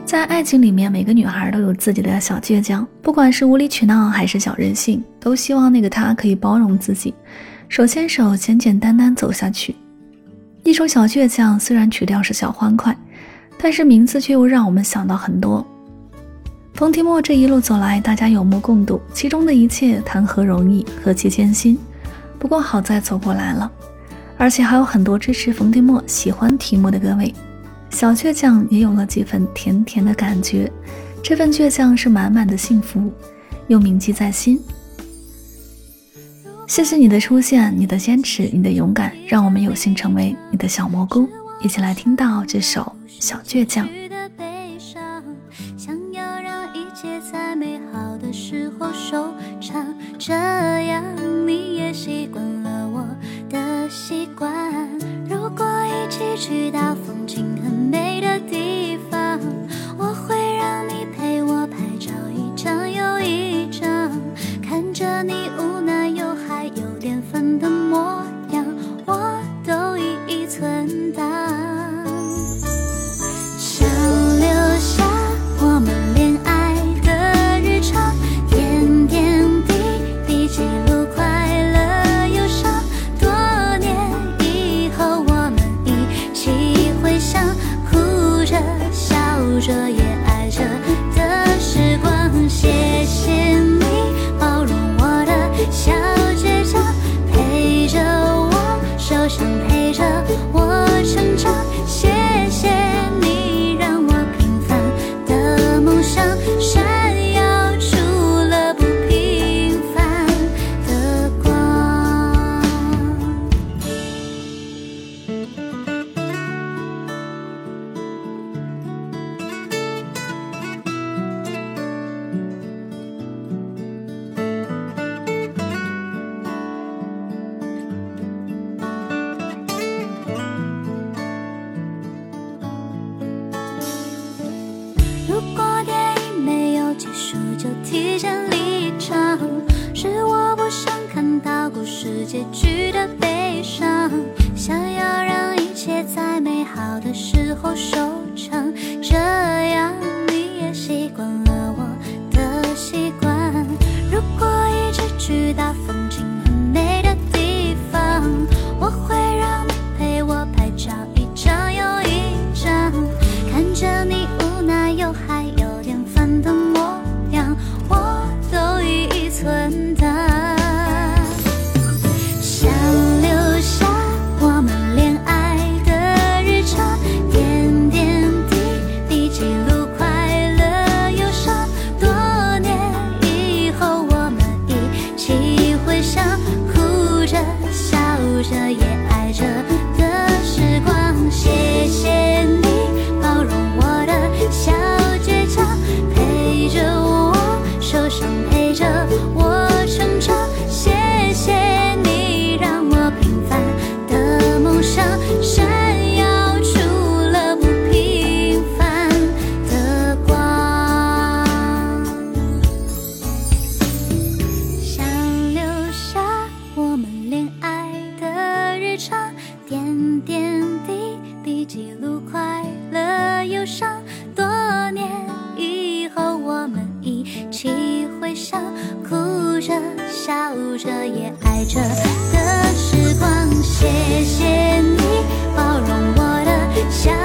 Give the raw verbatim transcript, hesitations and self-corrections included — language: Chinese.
在爱情里面，每个女孩都有自己的小倔强，不管是无理取闹还是小任性，都希望那个他可以包容自己，手牵手简简单单走下去。一首小倔强虽然曲调是小欢快，但是名字却又让我们想到很多。冯提莫这一路走来，大家有目共睹，其中的一切谈何容易，何其艰辛。不过好在走过来了，而且还有很多支持冯提莫、喜欢提莫的各位，小倔强也有了几分甜甜的感觉，这份倔强是满满的幸福，又铭记在心。谢谢你的出现，你的坚持，你的勇敢，让我们有幸成为你的小蘑菇。一起来听到这首小倔强。 想要让一切在美好的时候收场，这样你也习惯了我的习惯。如果一起去到风景很美的地方，我会让你陪我拍照一张又一张，看着你无奈又还有点烦的模样，我都一一存档。想留下我们恋爱的日常，点点滴滴记录快乐忧伤，多年以后我们一起回想，哭着笑着也爱着的时光。谢谢你包容我的小倔强，陪着我受伤，陪着我成长。谢谢你让我平凡的梦想闪耀出了不平凡的光。如果电影没有结束就提前离场，是我不想看到故事结局的悲伤，想要让一切在美好的时候收场，这样你也习惯了我的习惯。如果一起去到风景很美的地方，我会让你陪我拍照一张又一张，看着你无奈又还有点烦的模样，我都一一存档。想留下我们恋爱的日常，点点滴滴记录快乐忧伤，多年以后我们一起回想，哭着笑着也爱着的时光。谢谢你包容我的小倔强，陪着我受伤，陪着我成长。谢谢你让我平凡的梦想闪耀出了不平凡的光。想留下我们恋爱的日常，点点滴滴记录快乐忧伤，多年以后我们一起回想，哭着笑着也爱着的时光。谢谢你包容我的小